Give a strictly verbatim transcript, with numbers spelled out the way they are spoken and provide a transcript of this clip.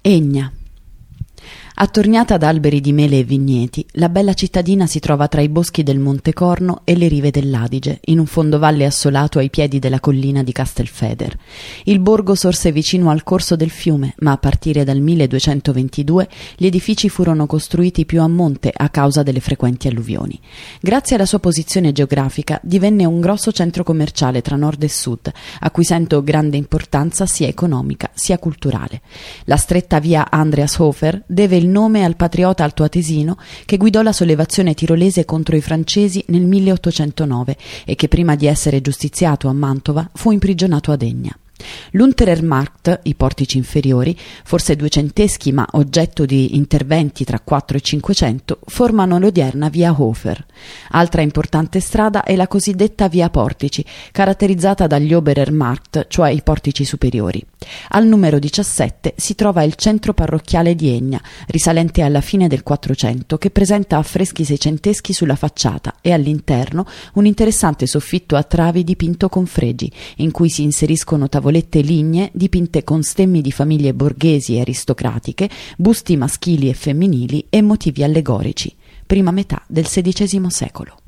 Egna. Attorniata da alberi di mele e vigneti, la bella cittadina si trova tra i boschi del Monte Corno e le rive dell'Adige, in un fondovalle assolato ai piedi della collina di Castelfeder. Il borgo sorse vicino al corso del fiume, ma a partire dal milleduecentoventidue gli edifici furono costruiti più a monte a causa delle frequenti alluvioni. Grazie alla sua posizione geografica divenne un grosso centro commerciale tra nord e sud, acquisendo grande importanza sia economica sia culturale. La stretta via Andreashofer deve il nome al patriota altoatesino che guidò la sollevazione tirolese contro i francesi nel milleottocentonove e che prima di essere giustiziato a Mantova fu imprigionato ad Egna. L'Unterer Markt, i portici inferiori, forse duecenteschi ma oggetto di interventi tra quattro e cinquecento, formano l'odierna via Hofer. Altra importante strada è la cosiddetta via Portici, caratterizzata dagli Oberer Markt, cioè i portici superiori. Al numero diciassette si trova il centro parrocchiale di Egna, risalente alla fine del Quattrocento, che presenta affreschi seicenteschi sulla facciata e all'interno un interessante soffitto a travi dipinto con fregi, in cui si inseriscono tavolette lignee dipinte con stemmi di famiglie borghesi e aristocratiche, busti maschili e femminili e motivi allegorici. Prima metà del sedicesimo secolo.